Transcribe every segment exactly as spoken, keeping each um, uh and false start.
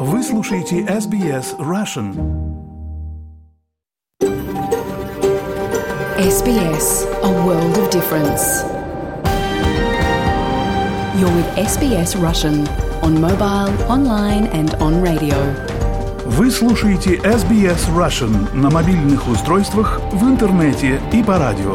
Вы слушаете эс би эс Russian. эс би эс, a world of difference. You're with эс би эс Russian on mobile, online and on radio. Вы слушаете эс би эс Russian на мобильных устройствах, в интернете и по радио.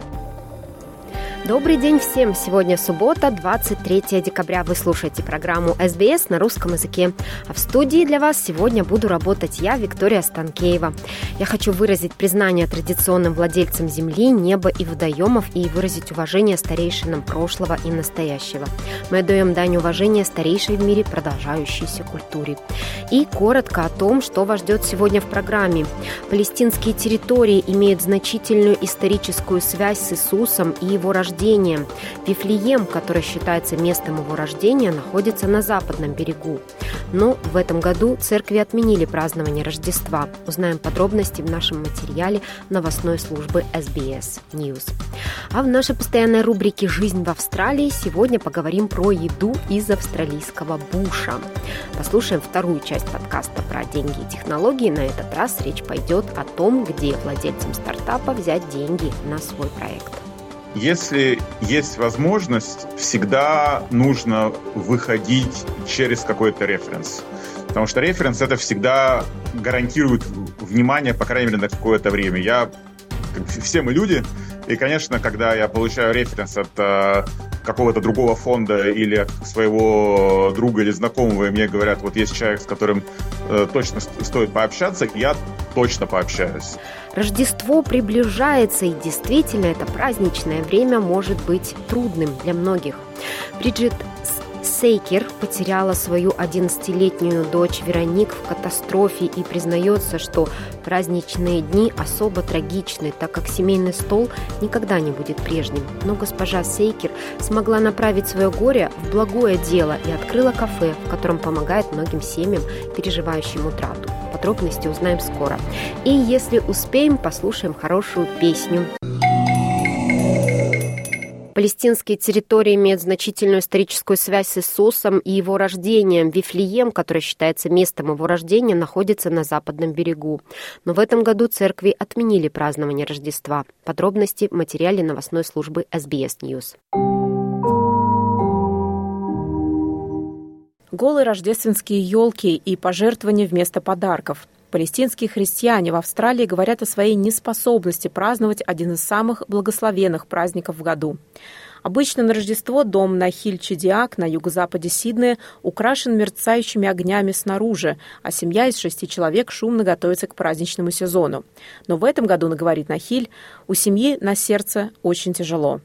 Добрый день всем! Сегодня суббота, двадцать третьего декабря. Вы слушаете программу эс би эс на русском языке. А в студии для вас сегодня буду работать я, Виктория Станкеева. Я хочу выразить признание традиционным владельцам земли, неба и водоемов и выразить уважение старейшинам прошлого и настоящего. Мы отдаем дань уважения старейшей в мире продолжающейся культуре. И коротко о том, что вас ждет сегодня в программе. Палестинские территории имеют значительную историческую связь с Иисусом и его рождением. Вифлеем, который считается местом его рождения, находится на западном берегу. Но в этом году церкви отменили празднование Рождества. Узнаем подробности в нашем материале новостной службы эс би эс News. А в нашей постоянной рубрике «Жизнь в Австралии» сегодня поговорим про еду из австралийского буша. Послушаем вторую часть подкаста про деньги и технологии. На этот раз речь пойдет о том, где владельцам стартапа взять деньги на свой проект. Если есть возможность, всегда нужно выходить через какой-то референс. Потому что референс это всегда гарантирует внимание, по крайней мере, на какое-то время. Я, как все мы люди, и, конечно, когда я получаю референс от э, какого-то другого фонда или от своего друга или знакомого, и мне говорят, вот есть человек, с которым э, точно стоит пообщаться, я точно пообщаюсь. Рождество приближается, и действительно это праздничное время может быть трудным для многих. Бриджит Сейкер потеряла свою одиннадцатилетнюю дочь Вероник в катастрофе и признается, что праздничные дни особо трагичны, так как семейный стол никогда не будет прежним. Но госпожа Сейкер смогла направить свое горе в благое дело и открыла кафе, в котором помогает многим семьям, переживающим утрату. Подробности узнаем скоро. И если успеем, послушаем хорошую песню. Палестинские территории имеют значительную историческую связь с Иисусом и его рождением. Вифлеем, который считается местом его рождения, находится на западном берегу. Но в этом году церкви отменили празднование Рождества. Подробности в материале новостной службы эс би эс News. Голые рождественские елки и пожертвования вместо подарков. Палестинские христиане в Австралии говорят о своей неспособности праздновать один из самых благословенных праздников в году. Обычно на Рождество дом на Хиль-Чедиак на юго-западе Сиднея украшен мерцающими огнями снаружи, а семья из шести человек шумно готовится к праздничному сезону. Но в этом году, говорит Нахиль, у семьи на сердце очень тяжело.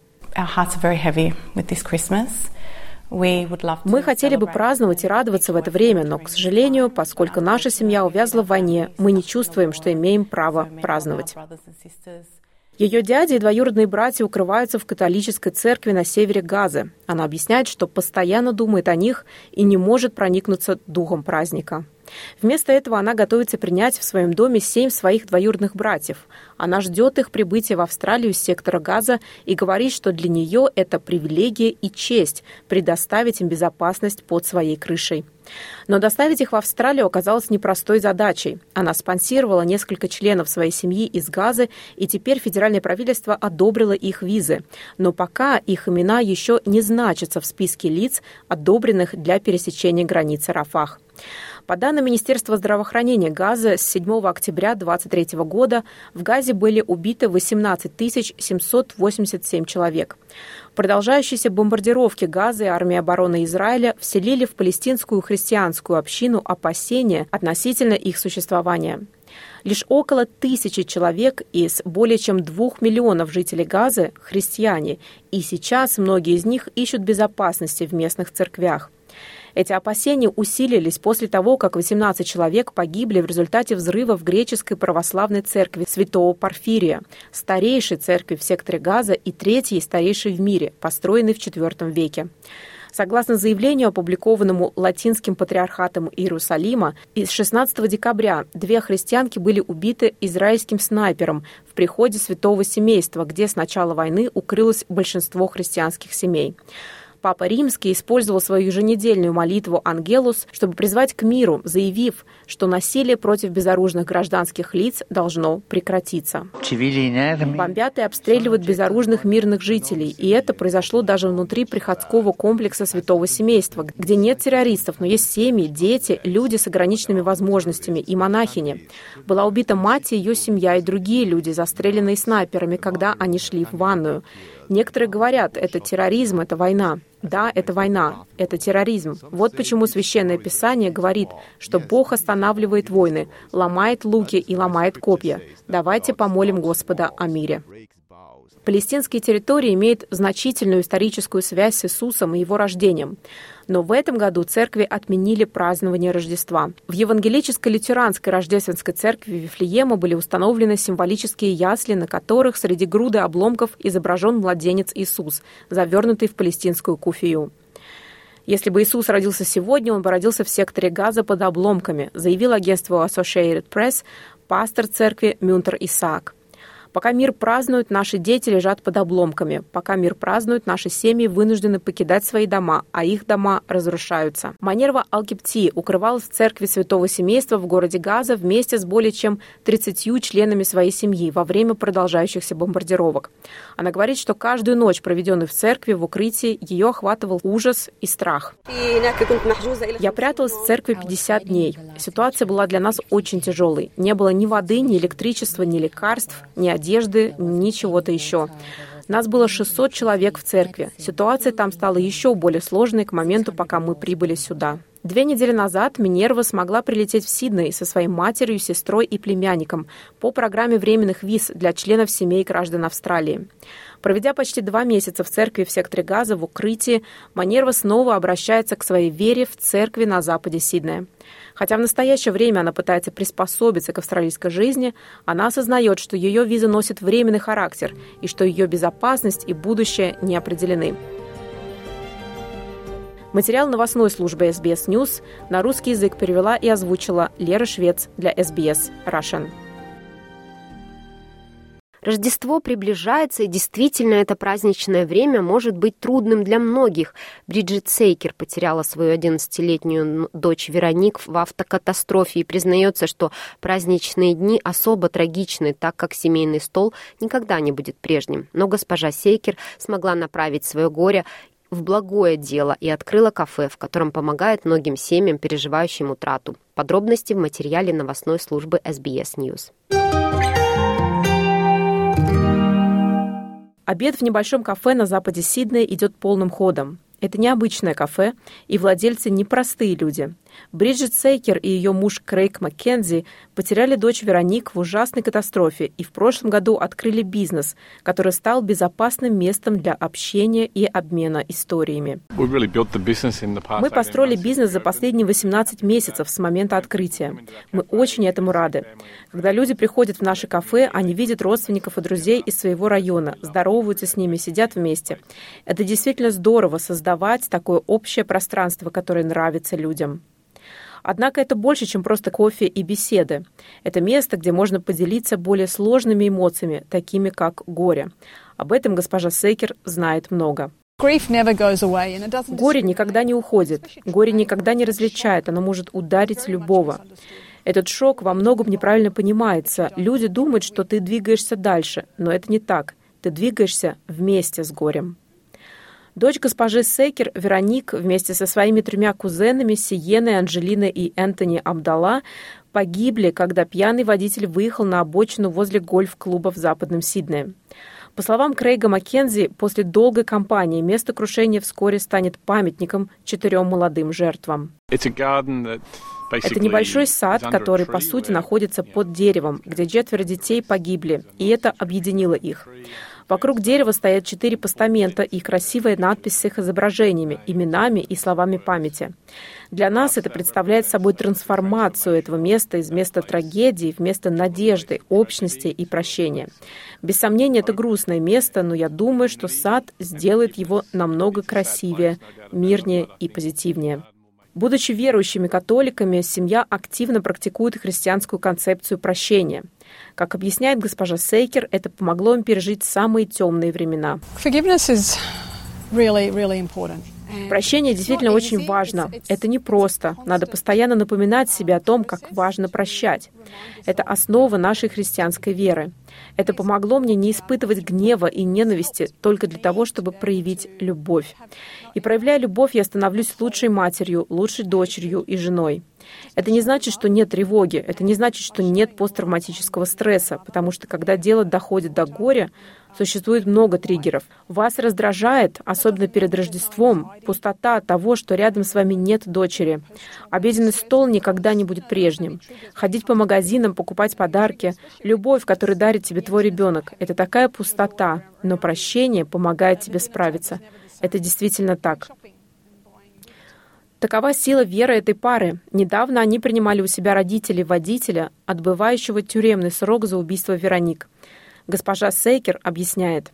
Мы хотели бы праздновать и радоваться в это время, но, к сожалению, поскольку наша семья увязла в войне, мы не чувствуем, что имеем право праздновать. Ее дядя и двоюродные братья укрываются в католической церкви на севере Газы. Она объясняет, что постоянно думает о них и не может проникнуться духом праздника. Вместо этого она готовится принять в своем доме семь своих двоюродных братьев. Она ждет их прибытия в Австралию из сектора Газа и говорит, что для нее это привилегия и честь предоставить им безопасность под своей крышей. Но доставить их в Австралию оказалось непростой задачей. Она спонсировала несколько членов своей семьи из Газы, и теперь федеральное правительство одобрило их визы. Но пока их имена еще не значатся в списке лиц, одобренных для пересечения границы Рафах. По данным Министерства здравоохранения Газы, с седьмого октября две тысячи двадцать третьего года в Газе были убиты восемнадцать тысяч семьсот восемьдесят семь человек. Продолжающиеся бомбардировки Газы и армии обороны Израиля вселили в палестинскую христианскую общину опасения относительно их существования. Лишь около тысячи человек из более чем двух миллионов жителей Газы – христиане, и сейчас многие из них ищут безопасности в местных церквях. Эти опасения усилились после того, как восемнадцать человек погибли в результате взрыва в греческой православной церкви Святого Порфирия, старейшей церкви в секторе Газа и третьей старейшей в мире, построенной в четвёртом веке. Согласно заявлению, опубликованному Латинским патриархатом Иерусалима, из шестнадцатого декабря две христианки были убиты израильским снайпером в приходе Святого Семейства, где с начала войны укрылось большинство христианских семей. Папа Римский использовал свою еженедельную молитву «Ангелус», чтобы призвать к миру, заявив, что насилие против безоружных гражданских лиц должно прекратиться. Бомбят и обстреливают безоружных мирных жителей, и это произошло даже внутри приходского комплекса Святого Семейства, где нет террористов, но есть семьи, дети, люди с ограниченными возможностями и монахини. Была убита мать и ее семья, и другие люди, застреленные снайперами, когда они шли в ванную. Некоторые говорят, это терроризм, это война. Да, это война, это терроризм. Вот почему Священное Писание говорит, что Бог останавливает войны, ломает луки и ломает копья. Давайте помолим Господа о мире. Палестинские территории имеют значительную историческую связь с Иисусом и Его рождением. Но в этом году церкви отменили празднование Рождества. В Евангелической лютеранской рождественской церкви Вифлеема были установлены символические ясли, на которых среди груды обломков изображен младенец Иисус, завернутый в палестинскую куфию. Если бы Иисус родился сегодня, он бы родился в секторе Газа под обломками, заявил агентству Associated Press пастор церкви Мюнтер Исаак. Пока мир празднует, наши дети лежат под обломками. Пока мир празднует, наши семьи вынуждены покидать свои дома, а их дома разрушаются. Манерва Алкипти укрывалась в церкви Святого Семейства в городе Газа вместе с более чем тридцатью членами своей семьи во время продолжающихся бомбардировок. Она говорит, что каждую ночь, проведенную в церкви, в укрытии, ее охватывал ужас и страх. «Я пряталась в церкви пятьдесят дней. Ситуация была для нас очень тяжелой. Не было ни воды, ни электричества, ни лекарств, ни одежды, ни чего-то еще. Нас было шестьсот человек в церкви. Ситуация там стала еще более сложной к моменту, пока мы прибыли сюда. Две недели назад Минерва смогла прилететь в Сидней со своей матерью, сестрой и племянником по программе временных виз для членов семей граждан Австралии. Проведя почти два месяца в церкви в секторе Газа в укрытии, Манерва снова обращается к своей вере в церкви на западе Сиднея. Хотя в настоящее время она пытается приспособиться к австралийской жизни, она осознает, что ее виза носит временный характер и что ее безопасность и будущее не определены. Материал новостной службы эс би эс News на русский язык перевела и озвучила Лера Швец для эс би эс Russian. Рождество приближается, и действительно это праздничное время может быть трудным для многих. Бриджит Сейкер потеряла свою одиннадцатилетнюю дочь Вероник в автокатастрофе и признается, что праздничные дни особо трагичны, так как семейный стол никогда не будет прежним. Но госпожа Сейкер смогла направить свое горе в благое дело и открыла кафе, в котором помогает многим семьям, переживающим утрату. Подробности в материале новостной службы эс би эс News. Обед в небольшом кафе на западе Сиднея идет полным ходом. Это необычное кафе, и владельцы непростые люди. Бриджит Сейкер и ее муж Крейг Маккензи потеряли дочь Вероник в ужасной катастрофе и в прошлом году открыли бизнес, который стал безопасным местом для общения и обмена историями. Мы построили бизнес за последние восемнадцать месяцев с момента открытия. Мы очень этому рады. Когда люди приходят в наше кафе, они видят родственников и друзей из своего района, здороваются с ними, сидят вместе. Это действительно здорово создавать такое общее пространство, которое нравится людям. Однако это больше, чем просто кофе и беседы. Это место, где можно поделиться более сложными эмоциями, такими как горе. Об этом госпожа Сейкер знает много. Горе никогда не уходит. Горе никогда не различает. Оно может ударить любого. Этот шок во многом неправильно понимается. Люди думают, что ты двигаешься дальше, но это не так. Ты двигаешься вместе с горем. Дочь госпожи Сейкер, Вероник, вместе со своими тремя кузенами Сиеной, Анджелиной и Энтони Абдалла погибли, когда пьяный водитель выехал на обочину возле гольф-клуба в западном Сиднее. По словам Крейга Маккензи, после долгой кампании место крушения вскоре станет памятником четырем молодым жертвам. Это небольшой сад, который, по сути, находится под деревом, где четверо детей погибли, и это объединило их. Вокруг дерева стоят четыре постамента и красивая надпись с их изображениями, именами и словами памяти. Для нас это представляет собой трансформацию этого места из места трагедии в место надежды, общности и прощения. Без сомнения, это грустное место, но я думаю, что сад сделает его намного красивее, мирнее и позитивнее. Будучи верующими католиками, семья активно практикует христианскую концепцию прощения. Как объясняет госпожа Сейкер, это помогло им пережить самые темные времена. Forgiveness is really, really important. Прощение действительно очень важно. Это непросто. Надо постоянно напоминать себе о том, как важно прощать. Это основа нашей христианской веры. Это помогло мне не испытывать гнева и ненависти только для того, чтобы проявить любовь. И проявляя любовь, я становлюсь лучшей матерью, лучшей дочерью и женой. Это не значит, что нет тревоги, это не значит, что нет посттравматического стресса, потому что когда дело доходит до горя, существует много триггеров. Вас раздражает, особенно перед Рождеством, пустота того, что рядом с вами нет дочери. Обеденный стол никогда не будет прежним. Ходить по магазинам, покупать подарки, любовь, которую дарит тебе твой ребенок — это такая пустота, но прощение помогает тебе справиться. Это действительно так. Такова сила веры этой пары. Недавно они принимали у себя родителей водителя, отбывающего тюремный срок за убийство Вероник. Госпожа Сейкер объясняет: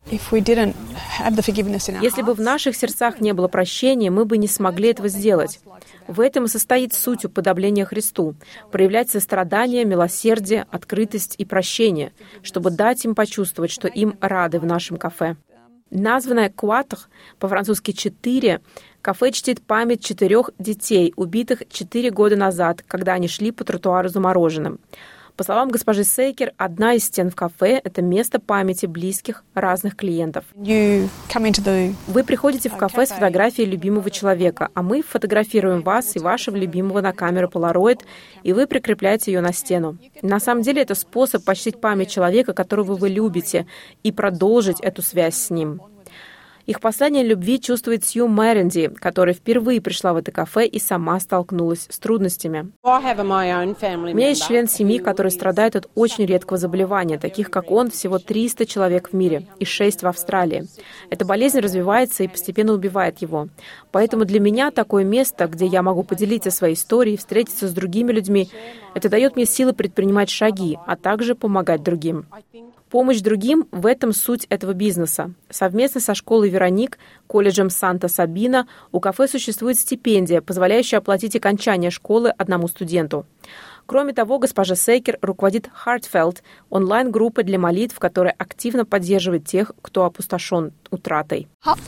«Если бы в наших сердцах не было прощения, мы бы не смогли этого сделать. В этом и состоит суть уподобления Христу — проявлять сострадание, милосердие, открытость и прощение, чтобы дать им почувствовать, что им рады в нашем кафе». Названное «Quatre», по-французски «четыре», кафе чтит память четырех детей, убитых четыре года назад, когда они шли по тротуару за мороженым. По словам госпожи Сейкер, одна из стен в кафе — это место памяти близких разных клиентов. Вы приходите в кафе с фотографией любимого человека, а мы фотографируем вас и вашего любимого на камеру Polaroid, и вы прикрепляете ее на стену. На самом деле это способ почтить память человека, которого вы любите, и продолжить эту связь с ним. Их послание любви чувствует Сью Мэренди, которая впервые пришла в это кафе и сама столкнулась с трудностями. У меня есть член семьи, который страдает от очень редкого заболевания, таких как он всего триста человек в мире и шесть в Австралии. Эта болезнь развивается и постепенно убивает его. Поэтому для меня такое место, где я могу поделиться своей историей, встретиться с другими людьми, это дает мне силы предпринимать шаги, а также помогать другим. Помощь другим — в этом суть этого бизнеса. Совместно со школой Вероник, колледжем Санта-Сабина, у кафе существует стипендия, позволяющая оплатить окончание школы одному студенту. Кроме того, госпожа Сейкер руководит Heartfelt, онлайн-группой для молитв, которая активно поддерживает тех, кто опустошен утратой.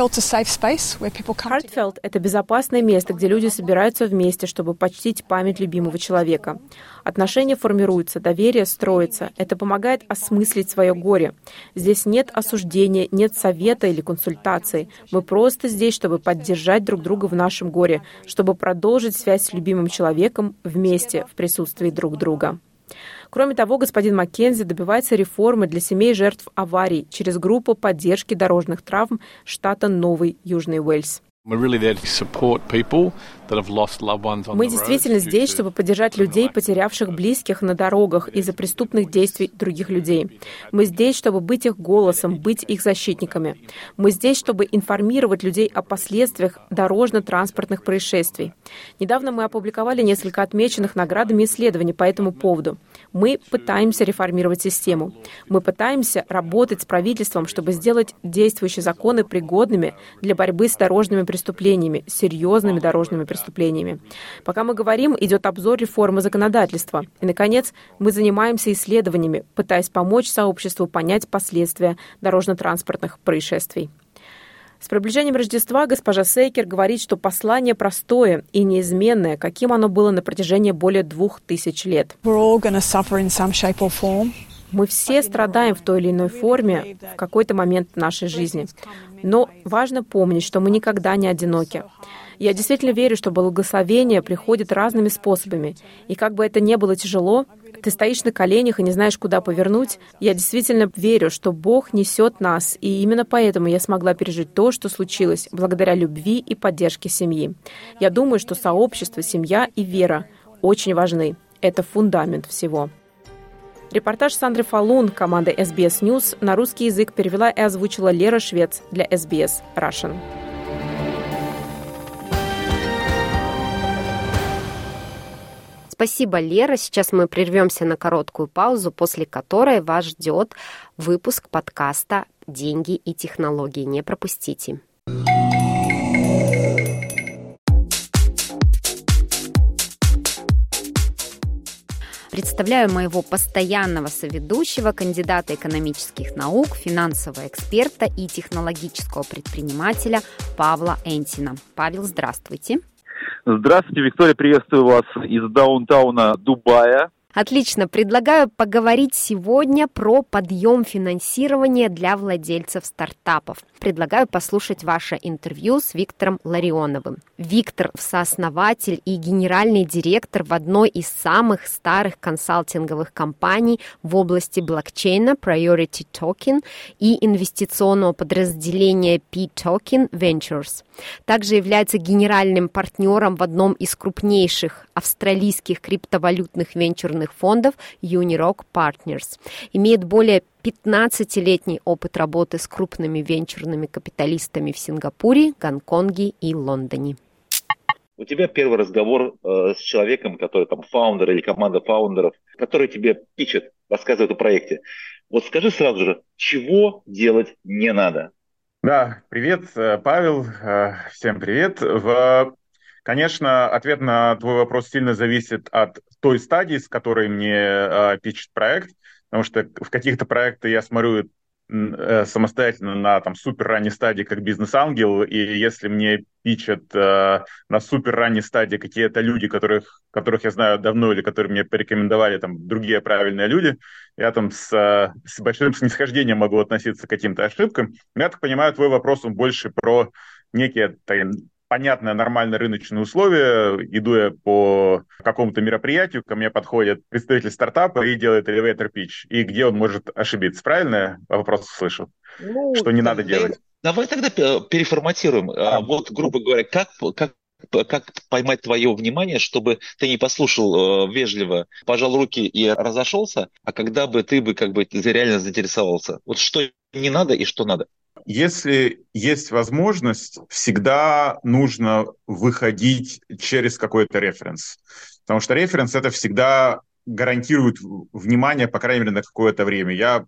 Heartfelt — это безопасное место, где люди собираются вместе, чтобы почтить память любимого человека. Отношения формируются, доверие строится. Это помогает осмыслить свое горе. Здесь нет осуждения, нет совета или консультации. Мы просто здесь, чтобы поддержать друг друга в нашем горе, чтобы продолжить связь с любимым человеком вместе, в присутствии друг друга. Кроме того, господин Маккензи добивается реформы для семей жертв аварий через группу поддержки дорожных травм штата Новый Южный Уэльс. Мы действительно здесь, чтобы поддержать людей, потерявших близких на дорогах из-за преступных действий других людей. Мы здесь, чтобы быть их голосом, быть их защитниками. Мы здесь, чтобы информировать людей о последствиях дорожно-транспортных происшествий. Недавно мы опубликовали несколько отмеченных наградами исследований по этому поводу. Мы пытаемся реформировать систему. Мы пытаемся работать с правительством, чтобы сделать действующие законы пригодными для борьбы с дорожными преступлениями, серьезными дорожными преступлениями. Пока мы говорим, идет обзор реформы законодательства. И, наконец, мы занимаемся исследованиями, пытаясь помочь сообществу понять последствия дорожно-транспортных происшествий. С приближением Рождества госпожа Сейкер говорит, что послание простое и неизменное, каким оно было на протяжении более двух тысяч лет. Мы все страдаем в той или иной форме в какой-то момент нашей жизни. Но важно помнить, что мы никогда не одиноки. Я действительно верю, что благословение приходит разными способами. И как бы это ни было тяжело, ты стоишь на коленях и не знаешь, куда повернуть. Я действительно верю, что Бог несет нас, и именно поэтому я смогла пережить то, что случилось, благодаря любви и поддержке семьи. Я думаю, что сообщество, семья и вера очень важны. Это фундамент всего. Репортаж Сандры Фалун команды эс би эс News на русский язык перевела и озвучила Лера Швец для эс би эс Russian. Спасибо, Лера. Сейчас мы прервемся на короткую паузу, после которой вас ждет выпуск подкаста «Деньги и технологии». Не пропустите. Представляю моего постоянного соведущего, кандидата экономических наук, финансового эксперта и технологического предпринимателя Павла Энтина. Павел, здравствуйте. Здравствуйте, Виктория, приветствую вас из даунтауна Дубая. Отлично. Предлагаю поговорить сегодня про подъем финансирования для владельцев стартапов. Предлагаю послушать ваше интервью с Виктором Ларионовым. Виктор – сооснователь и генеральный директор в одной из самых старых консалтинговых компаний в области блокчейна Priority Token и инвестиционного подразделения P-Token Ventures. Также является генеральным партнером в одном из крупнейших австралийских криптовалютных венчурных фондов Unirock Partners. Имеет более пятнадцатилетний опыт работы с крупными венчурными капиталистами в Сингапуре, Гонконге и Лондоне. У тебя первый разговор э, с человеком, который там фаундер или команда фаундеров, который тебе пичет, рассказывает о проекте. Вот скажи сразу же, чего делать не надо? Да, привет, Павел, всем привет. В... Конечно, ответ на твой вопрос сильно зависит от той стадии, с которой мне э, пичет проект, потому что в каких-то проектах я смотрю э, самостоятельно на там, супер ранней стадии как бизнес-ангел, и если мне пичат э, на супер ранней стадии какие-то люди, которых, которых я знаю давно или которые мне порекомендовали там, другие правильные люди, я там с, с большим снисхождением могу относиться к каким-то ошибкам. Я так понимаю, твой вопрос он больше про некие там, понятные, нормальные рыночные условия. Иду я по какому-то мероприятию, ко мне подходит представитель стартапа и делает elevator pitch. И где он может ошибиться? Правильно я вопрос услышал? Ну, что не надо делать? Давай тогда переформатируем. А. Вот, грубо говоря, как, как, как поймать твое внимание, чтобы ты не послушал э, вежливо, пожал руки и разошелся, а когда бы ты бы как бы реально заинтересовался? Вот что не надо и что надо? Если есть возможность, всегда нужно выходить через какой-то референс. Потому что референс это всегда гарантирует внимание, по крайней мере, на какое-то время. Я,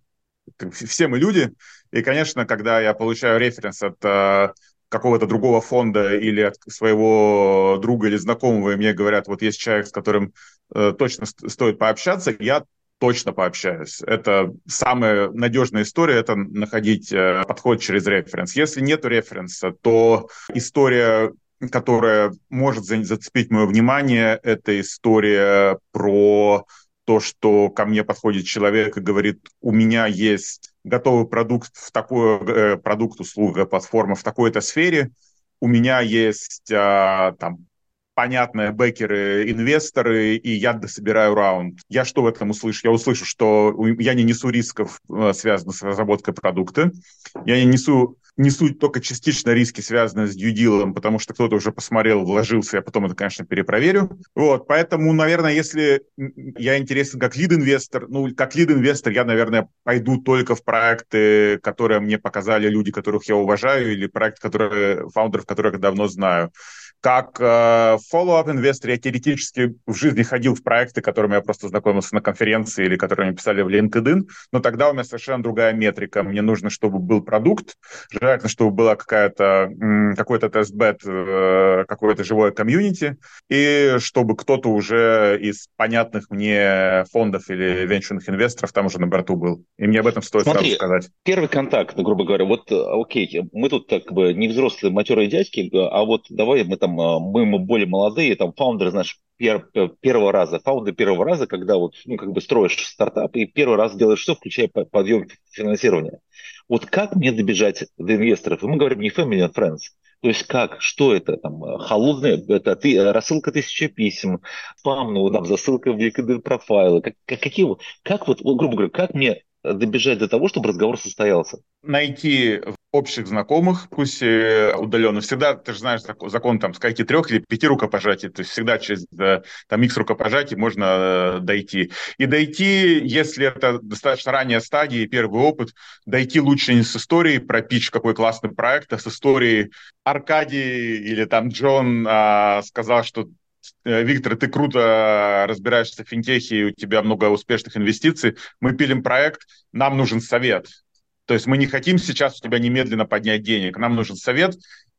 все мы люди, и, конечно, когда я получаю референс от э, какого-то другого фонда или от своего друга или знакомого, и мне говорят, вот есть человек, с которым э, точно стоит пообщаться, я точно пообщаюсь. Это самая надежная история, это находить э, подход через референс. Если нет референса, то история, которая может зацепить мое внимание, это история про то, что ко мне подходит человек и говорит, у меня есть готовый продукт в такой, э, продукт, услуга, платформа в такой-то сфере, у меня есть э, там понятные бэкеры, инвесторы, и я дособираю раунд. Я что в этом услышу? Я услышу, что я не несу рисков, связанных с разработкой продукта. Я не несу, несу только частично риски, связанные с дьюдилом, потому что кто-то уже посмотрел, вложился, я потом это, конечно, перепроверю. Вот, поэтому, наверное, если я интересен как лид-инвестор, ну, как лид-инвестор я, наверное, пойду только в проекты, которые мне показали люди, которых я уважаю, или проекты, которые, фаундеров, которых я давно знаю. Как э, follow-up инвестор я теоретически в жизни ходил в проекты, которыми я просто знакомился на конференции или которые мне писали в LinkedIn, но тогда у меня совершенно другая метрика. Мне нужно, чтобы был продукт, желательно, чтобы была какая-то, м, какой-то тест-бет, э, какое-то живое комьюнити, и чтобы кто-то уже из понятных мне фондов или венчурных инвесторов там уже на борту был. И мне об этом стоит Смотри, сразу сказать. Первый контакт, грубо говоря, вот окей, мы тут как бы не взрослые матерые дядьки, а вот давай мы там Мы, мы более молодые, там, фаундеры, знаешь, пер, первого раза, фаундеры первого раза, когда вот, ну, как бы строишь стартап и первый раз делаешь что, включая подъем финансирования. Вот как мне добежать до инвесторов? И мы говорим не family and friends. То есть как, что это, там, холодная, это ты, рассылка тысячи писем, спам, ну, там, засылка в LinkedIn профайлы, как, как, какие, как вот, грубо говоря, как мне добежать до того, чтобы разговор состоялся? Найти общих знакомых, пусть удаленно. Всегда, ты же знаешь, закон там скольки трех или пяти рукопожатий, то есть всегда через там микс рукопожатий можно дойти. И дойти, если это достаточно ранняя стадия, первый опыт, дойти лучше не с историей про пич, какой классный проект, а с историей Аркадий или там Джон а, сказал, что Виктор, ты круто разбираешься в финтехе, у тебя много успешных инвестиций, мы пилим проект, нам нужен совет. То есть мы не хотим сейчас у тебя немедленно поднять денег, нам нужен совет,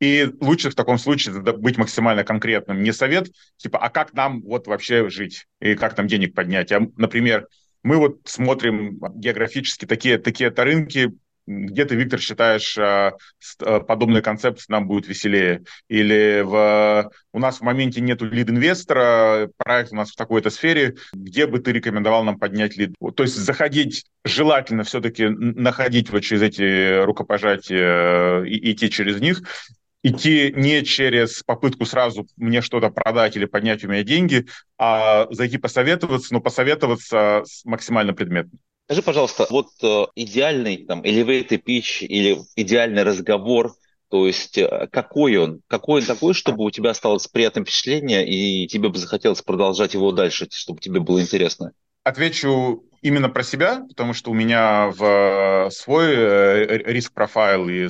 И лучше в таком случае быть максимально конкретным. Не совет, типа, а как нам вот вообще жить? И как нам денег поднять? А, например, мы вот смотрим географически такие, такие-то рынки, где ты, Виктор, считаешь, подобной концепции нам будет веселее? Или в, у нас в моменте нету лид-инвестора, проект у нас в такой-то сфере, где бы ты рекомендовал нам поднять лид? То есть заходить, желательно все-таки находить вот через эти рукопожатия и идти через них, идти не через попытку сразу мне что-то продать или поднять у меня деньги, а зайти посоветоваться, но посоветоваться максимально предметно. Скажи, пожалуйста, вот э, идеальный там elevator pitch или идеальный разговор, то есть э, какой он? Какой он такой, чтобы у тебя осталось приятное впечатление и тебе бы захотелось продолжать его дальше, чтобы тебе было интересно? Отвечу именно про себя, потому что у меня в свой риск-профайл и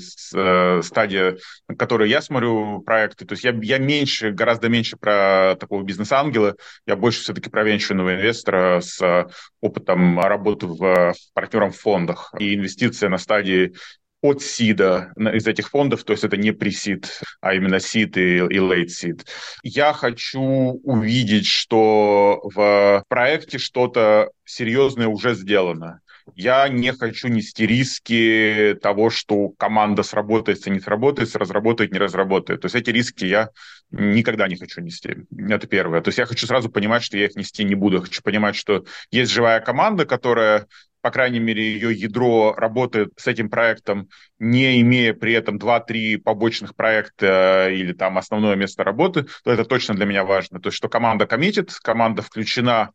стадия, на которой я смотрю проекты, то есть я, я меньше, гораздо меньше про такого бизнес-ангела, я больше все-таки про венчурного инвестора с опытом работы в, в партнером в фондах и инвестиция на стадии от сида из этих фондов, то есть это не pre-seed, а именно seed и, и late seed. Я хочу увидеть, что в проекте что-то серьезное уже сделано. Я не хочу нести риски того, что команда сработается, не сработается, разработает, не разработает. То есть эти риски я никогда не хочу нести. Это первое. То есть я хочу сразу понимать, что я их нести не буду. Я хочу понимать, что есть живая команда, которая, по крайней мере, ее ядро работает с этим проектом, не имея при этом два-три побочных проекта или там основное место работы, то это точно для меня важно. То есть что команда коммитит, команда включена,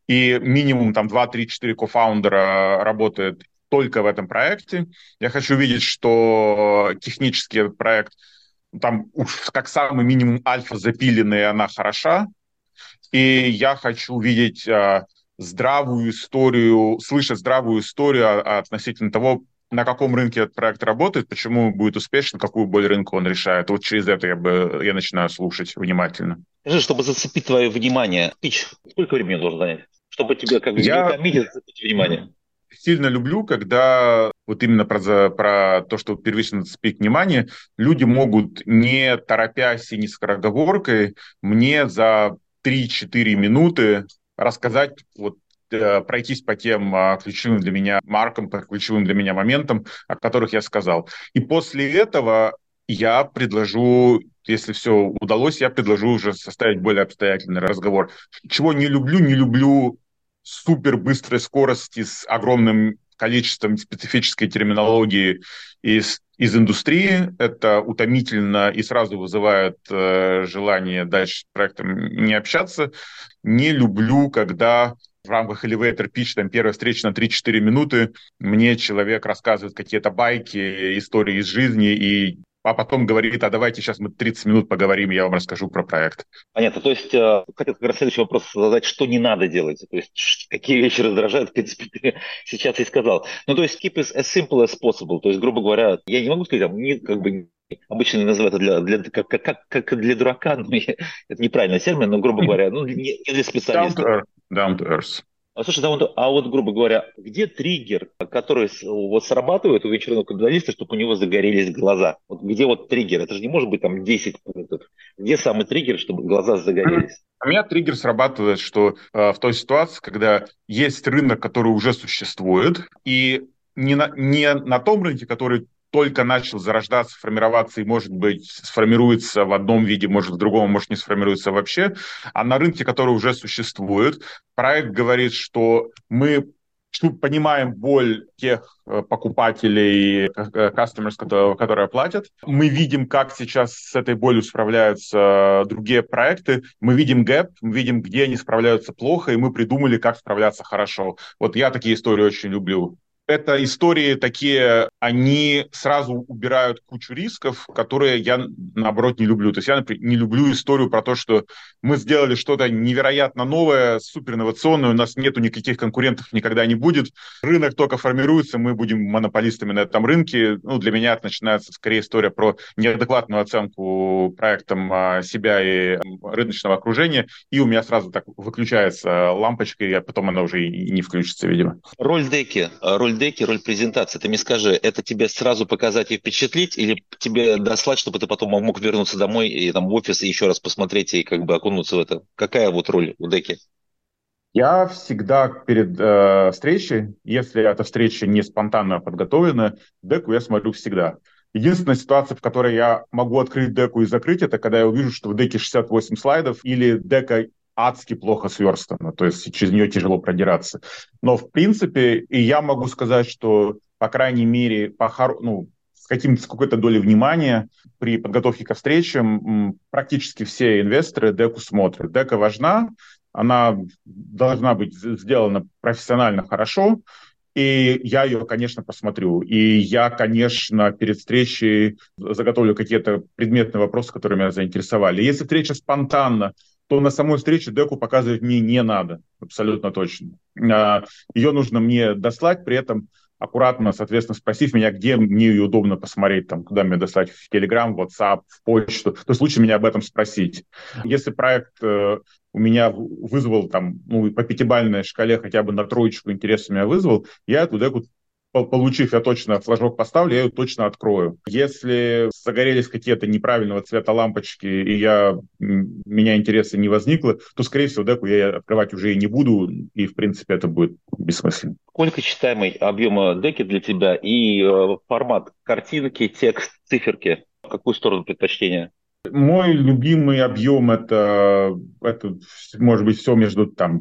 и минимум там два-три-четыре кофаундера работает только в этом проекте. Я хочу видеть, что технически этот проект, там уж как самый минимум альфа запиленный, она хороша. И я хочу видеть э, здравую историю, слышать здравую историю относительно того, на каком рынке этот проект работает, почему будет успешен, какую боль рынка он решает. Вот через это я, бы, я начинаю слушать внимательно. Скажи, чтобы зацепить твое внимание, пич, сколько времени должен занять? Чтобы тебе как бы не коммитить, зацепить внимание. Сильно люблю, когда вот именно про, про то, что первично зацепить внимание, люди могут, не торопясь и не скороговоркой, мне за три-четыре минуты рассказать, вот, пройтись по тем ключевым для меня маркам, по ключевым для меня моментам, о которых я сказал. И после этого я предложу, если все удалось, я предложу уже составить более обстоятельный разговор. Чего не люблю, не люблю супер быстрой скорости с огромным количеством специфической терминологии из, из индустрии. Это утомительно и сразу вызывает э, желание дальше с проектом не общаться. Не люблю, когда в рамках elevator pitch, там, первая встреча на три-четыре минуты, мне человек рассказывает какие-то байки, истории из жизни, и а потом говорит, а давайте сейчас мы тридцать минут поговорим, я вам расскажу про проект. Понятно. То есть, э, хотел как раз следующий вопрос задать, что не надо делать. То есть, какие вещи раздражают, в принципе, ты сейчас и сказал. Ну, то есть, keep it as simple as possible. То есть, грубо говоря, я не могу сказать, там, не, как бы, обычно называют это для, для, как, как, как для дурака, но я, это неправильный термин, но, грубо говоря, ну, не, не для специалистов. Down to earth. Down to earth. А, слушай, да, вот, а вот, грубо говоря, где триггер, который вот срабатывает у вечерного капиталиста, чтобы у него загорелись глаза? Вот где вот триггер? Это же не может быть там десять пунктов. Где самый триггер, чтобы глаза загорелись? У меня триггер срабатывает, что э, в той ситуации, когда есть рынок, который уже существует, и не на, не на том рынке, который только начал зарождаться, формироваться и, может быть, сформируется в одном виде, может, в другом, может, не сформируется вообще, а на рынке, который уже существует, проект говорит, что мы понимаем боль тех покупателей, customers, которые, которые платят. Мы видим, как сейчас с этой болью справляются другие проекты. Мы видим гэп, мы видим, где они справляются плохо, и мы придумали, как справляться хорошо. Вот я такие истории очень люблю. Это истории такие, они сразу убирают кучу рисков, которые я, наоборот, не люблю. То есть я, например, не люблю историю про то, что мы сделали что-то невероятно новое, суперинновационное, у нас нету никаких конкурентов, никогда не будет. Рынок только формируется, мы будем монополистами на этом рынке. Ну, для меня это начинается скорее история про неадекватную оценку проектом себя и рыночного окружения, и у меня сразу так выключается лампочка, и потом она уже и не включится, видимо. Роль деки, роль деки, роль презентации. Ты мне скажи, это тебе сразу показать и впечатлить, или тебе дослать, чтобы ты потом мог вернуться домой и там в офис и еще раз посмотреть и как бы окунуться в это? Какая вот роль у деки? Я всегда перед э, встречей, если эта встреча не спонтанно подготовлена, деку я смотрю всегда. Единственная ситуация, в которой я могу открыть деку и закрыть, это когда я увижу, что в деке шестьдесят восемь слайдов или дека адски плохо сверстана, то есть через нее тяжело продираться. Но в принципе, и я могу сказать, что, по крайней мере, по, ну, с, каким-то, с какой-то долей внимания при подготовке ко встречам практически все инвесторы деку смотрят. Дека важна, она должна быть сделана профессионально хорошо, и я ее, конечно, посмотрю. И я, конечно, перед встречей заготовлю какие-то предметные вопросы, которые меня заинтересовали. Если встреча спонтанна, то на самой встрече деку показывать мне не надо, абсолютно точно. Ее нужно мне дослать, при этом аккуратно, соответственно, спросив меня, где мне ее удобно посмотреть, там, куда мне дослать, в Telegram, в WhatsApp, в почту. То есть лучше меня об этом спросить. Если проект э, у меня вызвал там, ну, по пятибалльной шкале хотя бы на троечку интереса меня вызвал, я эту деку, получив, я точно флажок поставлю, я ее точно открою. Если загорелись какие-то неправильного цвета лампочки, и я, меня интереса не возникло, то, скорее всего, деку я открывать уже и не буду, и, в принципе, это будет бессмысленно. Сколько читаемый объем деки для тебя и э, формат картинки, текст, циферки? В какую сторону предпочтения? Мой любимый объем это, это может быть все между там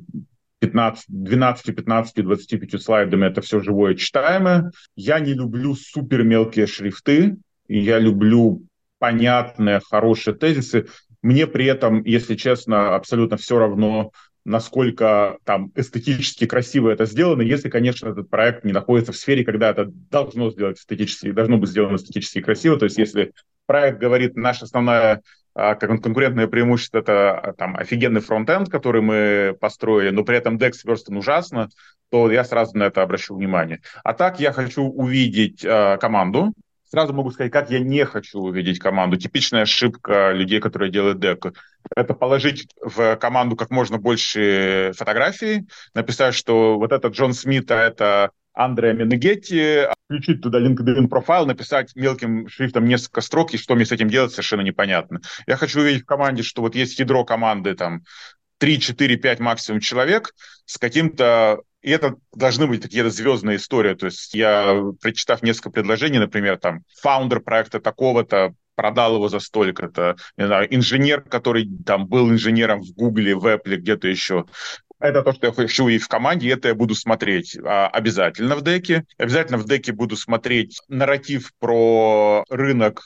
двенадцать, пятнадцать, двадцать пять слайдами, это все живое читаемое. Я не люблю супер мелкие шрифты, я люблю понятные, хорошие тезисы. Мне при этом, если честно, абсолютно все равно, насколько там эстетически красиво это сделано, если, конечно, этот проект не находится в сфере, когда это должно сделать эстетически, должно быть сделано эстетически красиво. То есть если проект говорит, наша основная как конкурентное преимущество — это там офигенный фронтенд, который мы построили, но при этом дек сверстан ужасно, то я сразу на это обращу внимание. А так я хочу увидеть э, команду. Сразу могу сказать, как я не хочу увидеть команду. Типичная ошибка людей, которые делают дек. Это положить в команду как можно больше фотографий, написать, что вот этот Джон Смит, а это Андреа Менегетти, включить туда LinkedIn профайл, написать мелким шрифтом несколько строк, и что мне с этим делать, совершенно непонятно. Я хочу увидеть в команде, что вот есть ядро команды, там, три, четыре, пять максимум человек с каким-то... И это должны быть какие-то звездные истории. То есть я, прочитав несколько предложений, например, там, фаундер проекта такого-то продал его за столько-то, не знаю, инженер, который там был инженером в Гугле, в Apple, где-то еще. Это то, что я хочу и в команде, и это я буду смотреть а, обязательно в деке. Обязательно в деке буду смотреть нарратив про рынок,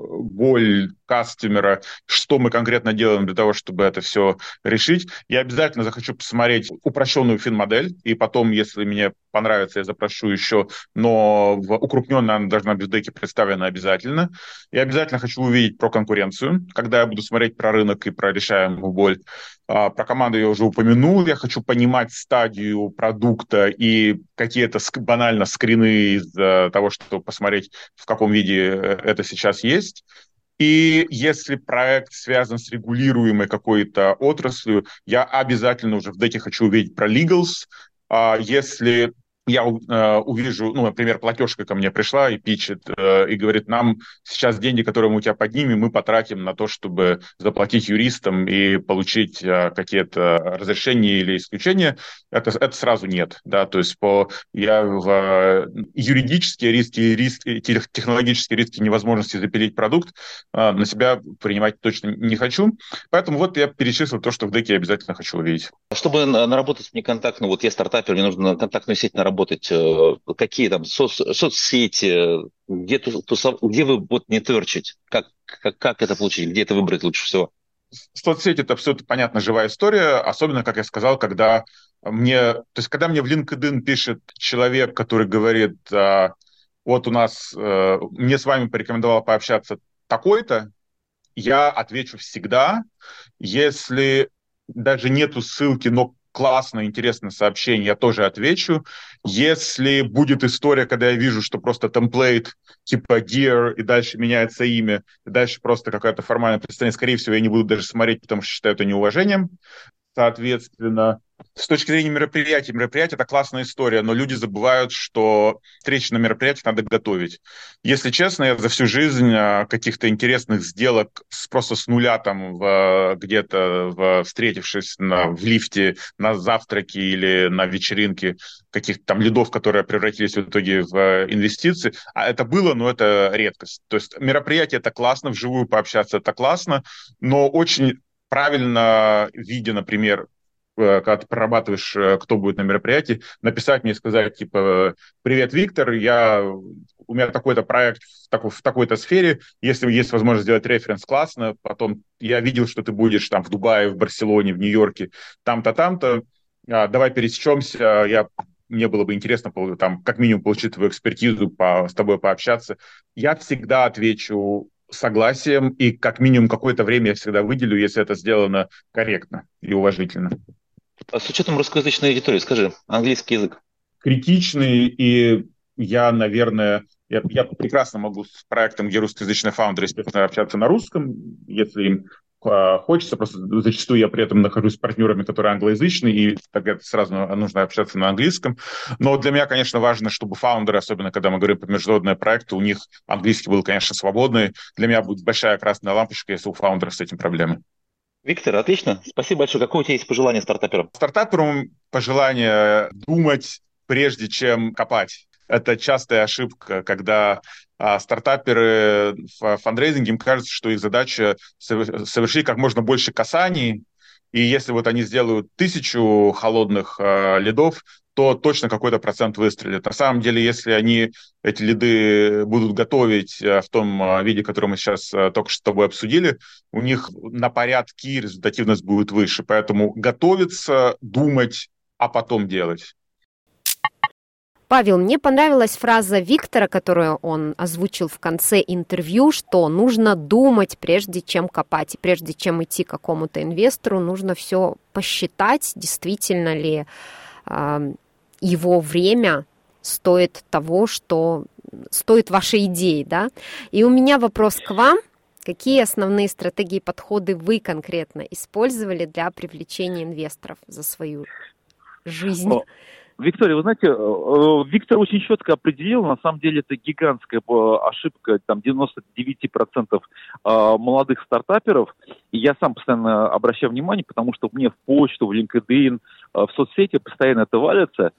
боль кастомера, что мы конкретно делаем для того, чтобы это все решить. Я обязательно захочу посмотреть упрощенную фин-модель, и потом, если мне понравится, я запрошу еще, но в укрупненной она должна быть в деке представлена обязательно. Я обязательно хочу увидеть про конкуренцию, когда я буду смотреть про рынок и про решаемую боль. Про команду я уже упомянул. Я хочу понимать стадию продукта и какие-то банально скрины из того, чтобы посмотреть, в каком виде это сейчас есть. И если проект связан с регулируемой какой-то отраслью, я обязательно уже в деке хочу увидеть про legals. Если я э, увижу, ну, например, платежка ко мне пришла и пичет, э, и говорит, нам сейчас деньги, которые мы у тебя поднимем, мы потратим на то, чтобы заплатить юристам и получить э, какие-то разрешения или исключения, это, это сразу нет, да, то есть по, я в э, юридические риски, риски, технологические риски невозможности запилить продукт э, на себя принимать точно не хочу, поэтому вот я перечислил то, что в деке я обязательно хочу увидеть. Чтобы наработать мне контактную, вот я стартапер, мне нужно контактную сеть наработать, какие там соц, соцсети, где, тусов, где вы вот нетворчить, как, как, как это получить, где это выбрать лучше всего? Соцсети — это абсолютно понятно живая история, особенно, как я сказал, когда мне, то есть когда мне в LinkedIn пишет человек, который говорит, вот у нас, мне с вами порекомендовал пообщаться такой-то, я отвечу всегда, если даже нету ссылки, но классное, интересное сообщение, я тоже отвечу. Если будет история, когда я вижу, что просто темплейт типа dear, и дальше меняется имя, и дальше просто какое-то формальное представление, скорее всего, я не буду даже смотреть, потому что считаю это неуважением. Соответственно, С точки зрения мероприятий, мероприятие – это классная история, но люди забывают, что встречи на мероприятиях надо готовить. Если честно, я за всю жизнь каких-то интересных сделок с, просто с нуля, там, в, где-то в, встретившись на, в лифте на завтраке или на вечеринке, каких-то там лидов, которые превратились в итоге в инвестиции, а это было, но это редкость. То есть мероприятие – это классно, вживую пообщаться – это классно, но очень правильно, видя, например, когда ты прорабатываешь, кто будет на мероприятии, написать мне и сказать, типа, привет, Виктор, я, у меня такой-то проект в, такой, в такой-то сфере, если есть возможность сделать референс, классно, потом я видел, что ты будешь там в Дубае, в Барселоне, в Нью-Йорке, там-то, там-то, давай пересечемся, я, мне было бы интересно там, как минимум получить твою экспертизу, по, с тобой пообщаться. Я всегда отвечу согласием, и как минимум какое-то время я всегда выделю, если это сделано корректно и уважительно. А с учетом русскоязычной аудитории, скажи, английский язык? Критичный, и я, наверное, я, я прекрасно могу с проектом, где русскоязычные фаундеры, естественно, общаться на русском, если им э, хочется, просто зачастую я при этом нахожусь с партнерами, которые англоязычные, и тогда сразу нужно общаться на английском. Но для меня, конечно, важно, чтобы фаундеры, особенно когда мы говорим про международные проекты, у них английский был, конечно, свободный. Для меня будет большая красная лампочка, если у фаундеров с этим проблемы. Виктор, отлично. Спасибо большое. Какое у тебя есть пожелание стартаперам? Стартаперам пожелание думать, прежде чем копать. Это частая ошибка, когда а, стартаперы в фандрейзинге, им кажется, что их задача совершить как можно больше касаний, и если вот они сделают тысячу холодных а, лидов, то точно какой-то процент выстрелит. На самом деле, если они эти лиды будут готовить в том виде, который мы сейчас только что с тобой обсудили, у них на порядки результативность будет выше. Поэтому готовиться, думать, а потом делать. Павел, мне понравилась фраза Виктора, которую он озвучил в конце интервью, что нужно думать, прежде чем копать. И прежде чем идти к какому-то инвестору, нужно все посчитать, действительно ли э, его время стоит того, что стоит вашей идеи, да? И у меня вопрос к вам. Какие основные стратегии и подходы вы конкретно использовали для привлечения инвесторов за свою жизнь? Виктория, вы знаете, Виктор очень четко определил, на самом деле это гигантская ошибка, там девяносто девять процентов молодых стартаперов, и я сам постоянно обращаю внимание, потому что мне в почту, в LinkedIn, в соцсети постоянно это валится.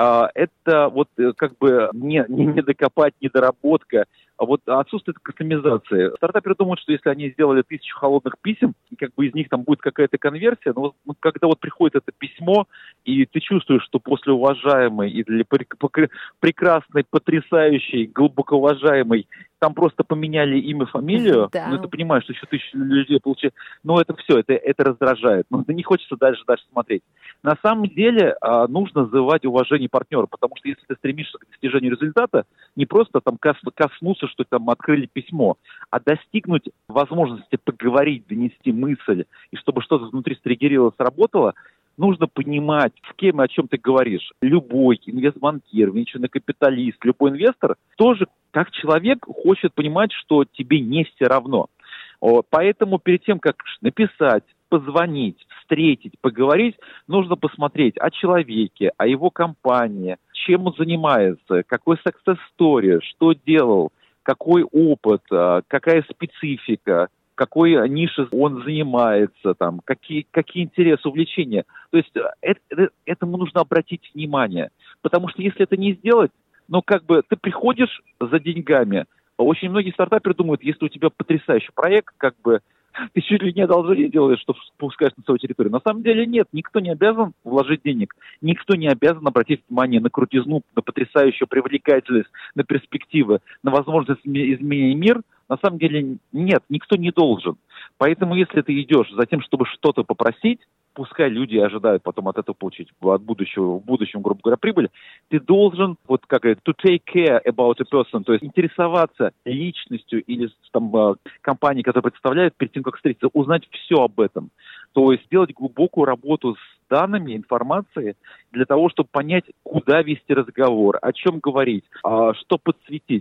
Это вот как бы не, не, не докопать, недоработка, а вот отсутствие кастомизации. Стартаперы думают, что если они сделали тысячу холодных писем, и как бы из них там будет какая-то конверсия, но вот, когда вот приходит это письмо, и ты чувствуешь, что после уважаемой и для прекрасной, потрясающей, глубоко уважаемой, там просто поменяли имя, фамилию, да. Ну, ты понимаешь, что еще тысячу людей получили. Но это все, это, это раздражает. Но не хочется дальше, дальше смотреть. На самом деле а, нужно завоевать уважение партнера, потому что если ты стремишься к достижению результата, не просто там кос, коснуться, что там открыли письмо, а достигнуть возможности поговорить, донести мысль, и чтобы что-то внутри стригерило, сработало, нужно понимать, с кем и о чем ты говоришь. Любой инвестбанкир, венчурный капиталист, любой инвестор тоже, как человек, хочет понимать, что тебе не все равно. Поэтому перед тем, как написать, позвонить, встретить, поговорить, нужно посмотреть о человеке, о его компании, чем он занимается, какой success story, что делал, какой опыт, какая специфика, какой нише он занимается, там, какие, какие интересы, увлечения. То есть это, это, этому нужно обратить внимание. Потому что если это не сделать, ну, как бы ты приходишь за деньгами. Очень многие стартаперы думают, если у тебя потрясающий проект, как бы ты чуть ли не одолжение делаешь, что пускаешь на свою территорию. На самом деле нет, никто не обязан вложить денег, никто не обязан обратить внимание на крутизну, на потрясающую привлекательность, на перспективы, на возможность изменить мир. На самом деле нет, никто не должен. Поэтому если ты идешь за тем, чтобы что-то попросить, пускай люди ожидают потом от этого получить от будущего, в будущем, грубо говоря, прибыль, ты должен, вот как говорят, to take care about a person, то есть интересоваться личностью или там компанией, которая представляет, перед тем, как встретиться, узнать все об этом. То есть сделать глубокую работу с данными, информацией, для того, чтобы понять, куда вести разговор, о чем говорить, что подсветить.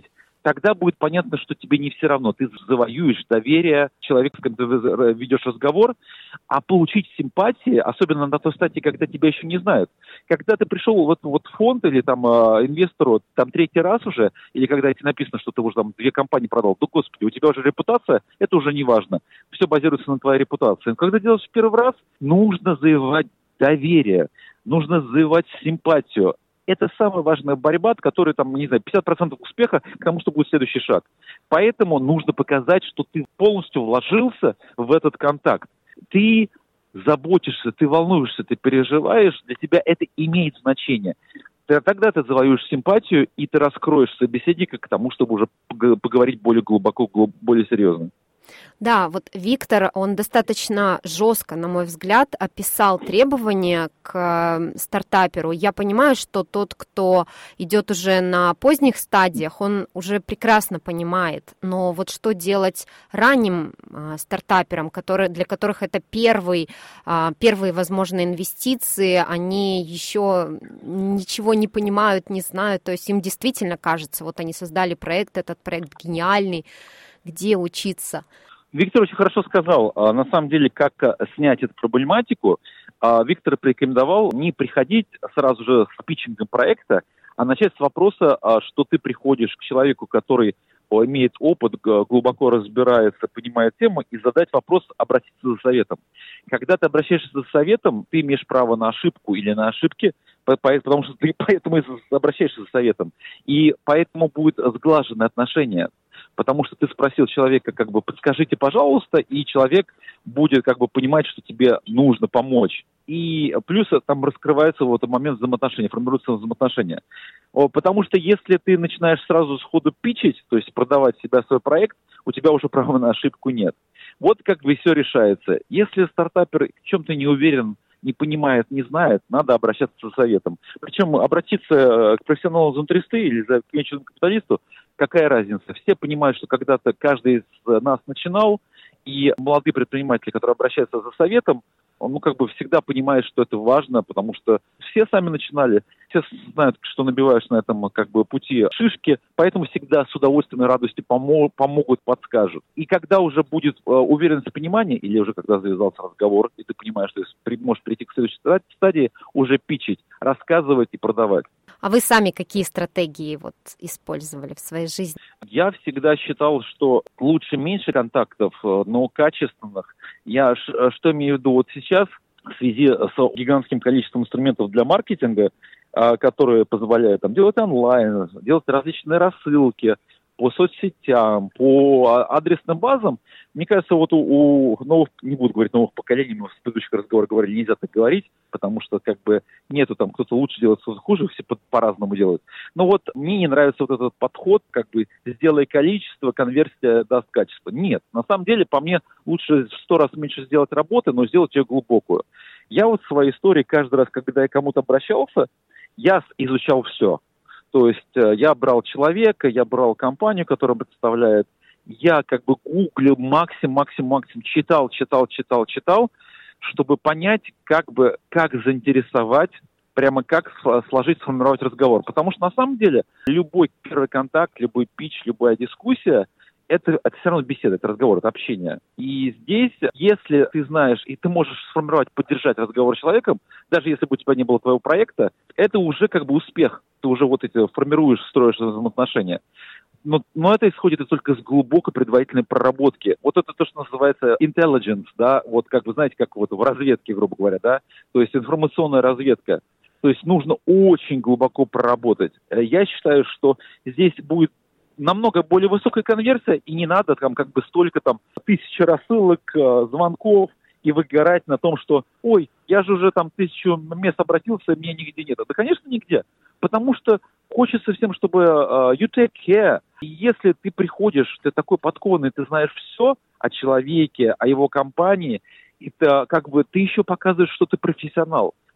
тогда будет понятно, что тебе не все равно. Ты завоюешь доверие человека, с которым ты ведешь разговор, а получить симпатии, особенно на той стадии, когда тебя еще не знают. Когда ты пришел вот, вот в фонд или там э, инвестору там третий раз уже, или когда тебе написано, что ты уже там две компании продал, да господи, у тебя уже репутация, это уже не важно. Все базируется на твоей репутации. Но когда делаешь в первый раз, нужно завоевать доверие, нужно завоевать симпатию. Это самая важная борьба, от которой, там, не знаю, пятьдесят процентов успеха к тому, что будет следующий шаг. Поэтому нужно показать, что ты полностью вложился в этот контакт. Ты заботишься, ты волнуешься, ты переживаешь, для тебя это имеет значение. Тогда ты завоюешь симпатию, и ты раскроешь собеседника к тому, чтобы уже поговорить более глубоко, более серьезно. Да, вот Виктор, он достаточно жестко, на мой взгляд, описал требования к стартаперу. Я понимаю, что тот, кто идет уже на поздних стадиях, он уже прекрасно понимает. Но вот что делать ранним а, стартаперам, которые, для которых это первый, а, первые возможные инвестиции, они еще ничего не понимают, не знают. То есть им действительно кажется, вот они создали проект, этот проект гениальный, где учиться. Виктор очень хорошо сказал, на самом деле, как снять эту проблематику. Виктор порекомендовал не приходить сразу же с питчингом проекта, а начать с вопроса, что ты приходишь к человеку, который имеет опыт, глубоко разбирается, понимает тему, и задать вопрос, обратиться за советом. Когда ты обращаешься за советом, ты имеешь право на ошибку или на ошибки, потому что ты поэтому и обращаешься за советом. И поэтому будет сглаженное отношение. Потому что ты спросил человека, как бы, подскажите, пожалуйста, и человек будет, как бы, понимать, что тебе нужно помочь. И плюс там раскрывается вот момент взаимоотношений, формируются взаимоотношения. Потому что если ты начинаешь сразу сходу питчить, то есть продавать себя, свой проект, у тебя уже права на ошибку нет. Вот как бы все решается. Если стартапер в чем-то не уверен, не понимает, не знает, надо обращаться за советом. Причем обратиться к профессионалу из индустрии или к венчурному капиталисту, какая разница? Все понимают, что когда-то каждый из нас начинал, и молодые предприниматели, которые обращаются за советом, он, ну, как бы всегда понимает, что это важно, потому что все сами начинали, все знают, что набиваешь на этом, как бы, пути шишки, поэтому всегда с удовольствием и радостью помо- помогут, подскажут. И когда уже будет э, уверенность и понимание, или уже когда завязался разговор, и ты понимаешь, что ты можешь прийти к следующей стадии, уже питчить, рассказывать и продавать. А вы сами какие стратегии вот использовали в своей жизни? Я всегда считал, что лучше меньше контактов, но качественных. Я что имею в виду вот сейчас в связи с гигантским количеством инструментов для маркетинга, которые позволяют там делать онлайн, делать различные рассылки по соцсетям, по адресным базам. Мне кажется, вот у, у новых, не буду говорить новых поколений, мы в предыдущих разговорах говорили, нельзя так говорить, потому что как бы нету там, кто-то лучше делает, кто-то хуже, все по- по-разному делают. Но вот мне не нравится вот этот подход, как бы сделай количество, конверсия даст качество. Нет, на самом деле, по мне, лучше в сто раз меньше сделать работы, но сделать ее глубокую. Я вот в своей истории каждый раз, когда я к кому-то обращался, я изучал все. То есть я брал человека, я брал компанию, которая представляет, я как бы гуглил максимум, максимум, максимум, читал, читал, читал, читал, чтобы понять, как бы, как заинтересовать, прямо как сложить, сформировать разговор. Потому что на самом деле любой первый контакт, любой питч, любая дискуссия, это, это все равно беседа, это разговор, это общение. И здесь, если ты знаешь, и ты можешь сформировать, поддержать разговор с человеком, даже если бы у тебя не было твоего проекта, это уже как бы успех. Ты уже вот эти формируешь, строишь взаимоотношения. Но, но это исходит только с глубокой предварительной проработки. Вот это то, что называется intelligence, да, вот как вы знаете, как вот в разведке, грубо говоря, да, то есть информационная разведка. То есть нужно очень глубоко проработать. Я считаю, что здесь будет намного более высокая конверсия, и не надо там как бы столько там тысячи рассылок, звонков, и выгорать на том, что ой, я же уже там тысячу мест обратился, меня нигде нет. Да, конечно, нигде. Потому что хочется всем, чтобы uh, you take care. И если ты приходишь, ты такой подкованный, ты знаешь все о человеке, о его компании, и ты, как бы, ты еще показываешь, что ты профессионал.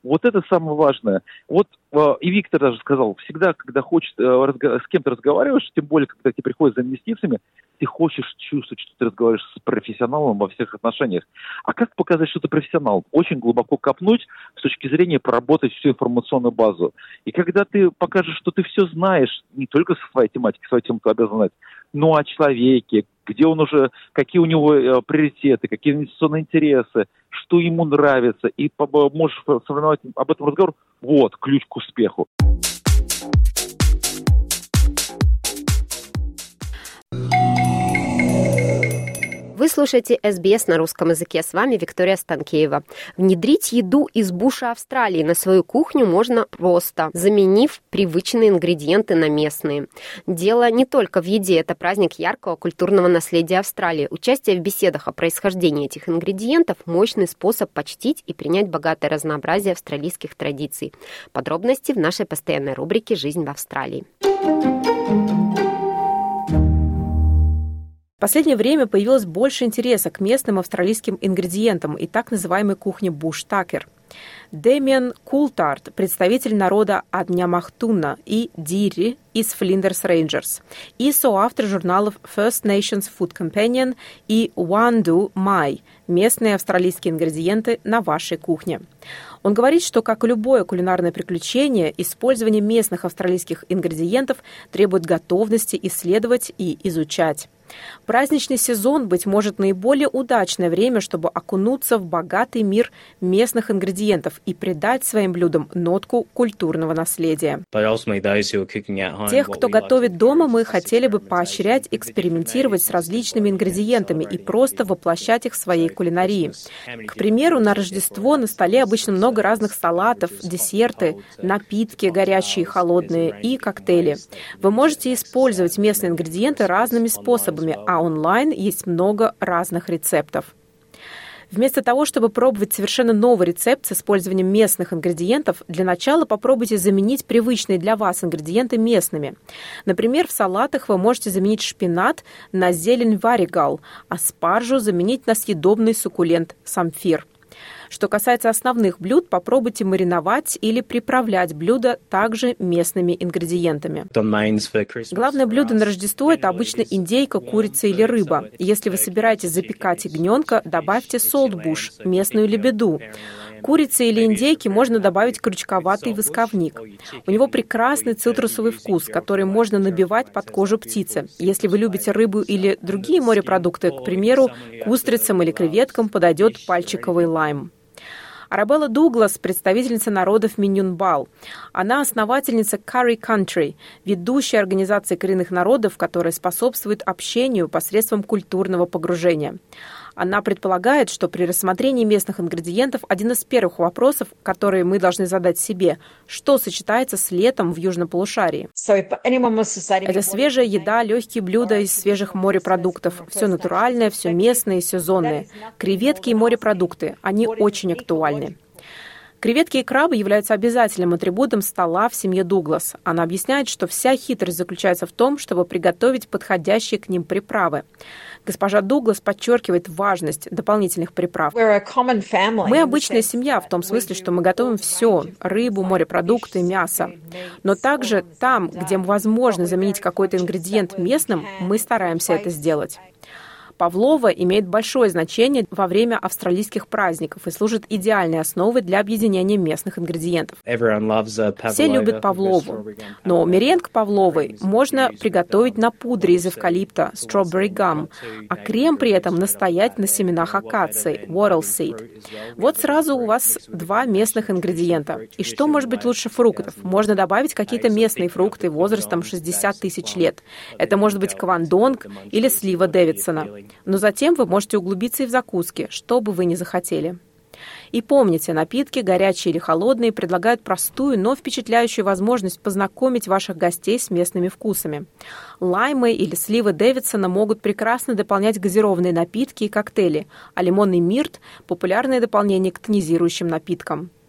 Вот это самое важное. Вот и Виктор даже сказал, всегда, когда хочешь с кем-то разговариваешь, тем более, когда тебе приходят за инвестициями, ты хочешь чувствовать, что ты разговариваешь с профессионалом во всех отношениях. А как показать, что ты профессионал? Очень глубоко копнуть с точки зрения проработать всю информационную базу. И когда ты покажешь, что ты все знаешь, не только со своей тематикой, своей темой ты обязан знать, но о человеке, где он уже, какие у него э, приоритеты, какие инвестиционные интересы, что ему нравится, и можешь сформировать об этом разговор, вот ключ к успеху. Вы слушаете эс би эс на русском языке. С вами Виктория Станкеева. Внедрить еду из буша Австралии на свою кухню можно просто, заменив привычные ингредиенты на местные. Дело не только в еде. Это праздник яркого культурного наследия Австралии. Участие в беседах о происхождении этих ингредиентов – мощный способ почтить и принять богатое разнообразие австралийских традиций. Подробности в нашей постоянной рубрике «Жизнь в Австралии». В последнее время появилось больше интереса к местным австралийским ингредиентам и так называемой кухне буш-такер. Дэмиан Култарт, представитель народа Аднямахтуна и Дири из Флиндерс Рейнджерс, и соавтор журналов First Nations Food Companion и Wandu Mai – местные австралийские ингредиенты на вашей кухне. Он говорит, что, как и любое кулинарное приключение, использование местных австралийских ингредиентов требует готовности исследовать и изучать. Праздничный сезон, быть может, наиболее удачное время, чтобы окунуться в богатый мир местных ингредиентов и придать своим блюдам нотку культурного наследия. Тех, кто готовит дома, мы хотели бы поощрять экспериментировать с различными ингредиентами и просто воплощать их в своей кулинарии. К примеру, на Рождество на столе обычно много разных салатов, десерты, напитки горячие и холодные и коктейли. Вы можете использовать местные ингредиенты разными способами, а онлайн есть много разных рецептов. Вместо того, чтобы пробовать совершенно новый рецепт с использованием местных ингредиентов, для начала попробуйте заменить привычные для вас ингредиенты местными. Например, в салатах вы можете заменить шпинат на зелень варигал, а спаржу заменить на съедобный суккулент самфир. Что касается основных блюд, попробуйте мариновать или приправлять блюда также местными ингредиентами. Главное блюдо на Рождество – это обычно индейка, курица или рыба. Если вы собираетесь запекать ягненка, добавьте солтбуш, местную лебеду. Курице или индейке можно добавить крючковатый восковник. У него прекрасный цитрусовый вкус, который можно набивать под кожу птицы. Если вы любите рыбу или другие морепродукты, к примеру, к устрицам или креветкам подойдет пальчиковый лайм. Арабелла Дуглас – представительница народов Миньюнбал. Она основательница Curry Country, ведущей организации коренных народов, которая способствует общению посредством культурного погружения. Она предполагает, что при рассмотрении местных ингредиентов один из первых вопросов, которые мы должны задать себе, что сочетается с летом в южном полушарии. Это свежая еда, легкие блюда из свежих морепродуктов. Все натуральное, все местное и сезонное. Креветки и морепродукты, они очень актуальны. Креветки и крабы являются обязательным атрибутом стола в семье Дуглас. Она объясняет, что вся хитрость заключается в том, чтобы приготовить подходящие к ним приправы. Госпожа Дуглас подчеркивает важность дополнительных приправ. Мы обычная семья в том смысле, что мы готовим все – рыбу, морепродукты, мясо. Но также там, где возможно заменить какой-то ингредиент местным, мы стараемся это сделать. Павлова имеет большое значение во время австралийских праздников и служит идеальной основой для объединения местных ингредиентов. Все любят павлову, но меренг павловой можно приготовить на пудре из эвкалипта strawberry gum, а крем при этом настоять на семенах акации wattle seed. Вот сразу у вас два местных ингредиента. И что может быть лучше фруктов? Можно добавить какие-то местные фрукты возрастом шестьдесят тысяч лет. Это может быть квандонг или слива Дэвидсона. Но затем вы можете углубиться и в закуски, что бы вы ни захотели. И помните, напитки, горячие или холодные, предлагают простую, но впечатляющую возможность познакомить ваших гостей с местными вкусами. Лаймы или сливы Дэвидсона могут прекрасно дополнять газированные напитки и коктейли, а лимонный мирт – популярное дополнение к тонизирующим напиткам.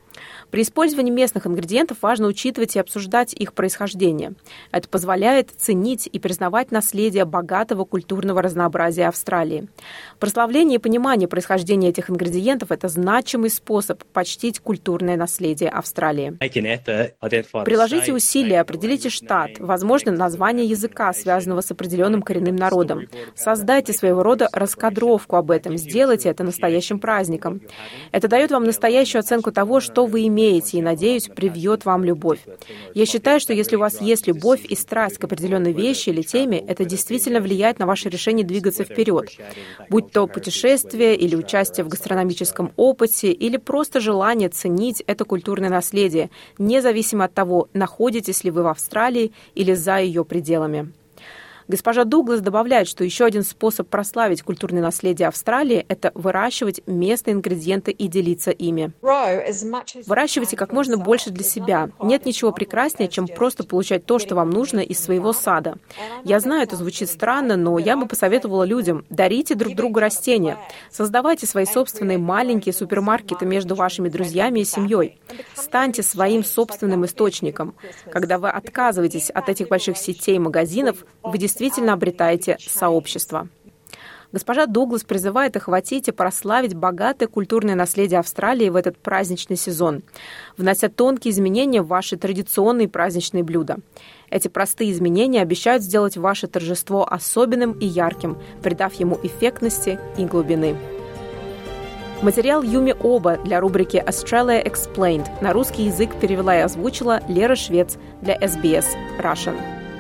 При использовании местных ингредиентов важно учитывать и обсуждать их происхождение. Это позволяет ценить и признавать наследие богатого культурного разнообразия Австралии. Прославление и понимание происхождения этих ингредиентов – это значимый способ почтить культурное наследие Австралии. Приложите усилия, определите штат, возможно, название языка, связанного с определенным коренным народом. Создайте своего рода раскадровку об этом, сделайте это настоящим праздником. Это дает вам настоящую оценку того, что вы имеете, и, надеюсь, привьет вам любовь. Я считаю, что если у вас есть любовь и страсть к определенной вещи или теме, это действительно влияет на ваше решение двигаться вперед. Будь то путешествие или участие в гастрономическом опыте, или просто желание ценить это культурное наследие, независимо от того, находитесь ли вы в Австралии или за ее пределами. Госпожа Дуглас добавляет, что еще один способ прославить культурное наследие Австралии – это выращивать местные ингредиенты и делиться ими. Выращивайте как можно больше для себя. Нет ничего прекраснее, чем просто получать то, что вам нужно из своего сада. Я знаю, это звучит странно, но я бы посоветовала людям: дарите друг другу растения. Создавайте свои собственные маленькие супермаркеты между вашими друзьями и семьей. Станьте своим собственным источником. Когда вы отказываетесь от этих больших сетей и магазинов, вы действительно действительно обретаете сообщество. Госпожа Дуглас призывает охватить и прославить богатое культурное наследие Австралии в этот праздничный сезон, внося тонкие изменения в ваши традиционные праздничные блюда. Эти простые изменения обещают сделать ваше торжество особенным и ярким, придав ему эффектности и глубины. Материал Юми Оба для рубрики Australia Explained на русский язык перевела и озвучила Лера Швец для эс би эс Russian.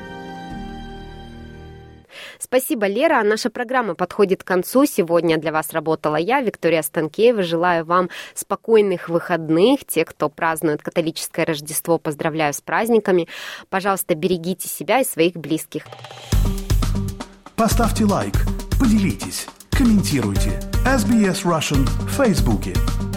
Спасибо, Лера. Наша программа подходит к концу. Сегодня для вас работала я, Виктория Станкеева. Желаю вам спокойных выходных. Те, кто празднует католическое Рождество, поздравляю с праздниками. Пожалуйста, берегите себя и своих близких. Поставьте лайк, поделитесь, комментируйте. эс би эс Russian в Фейсбуке.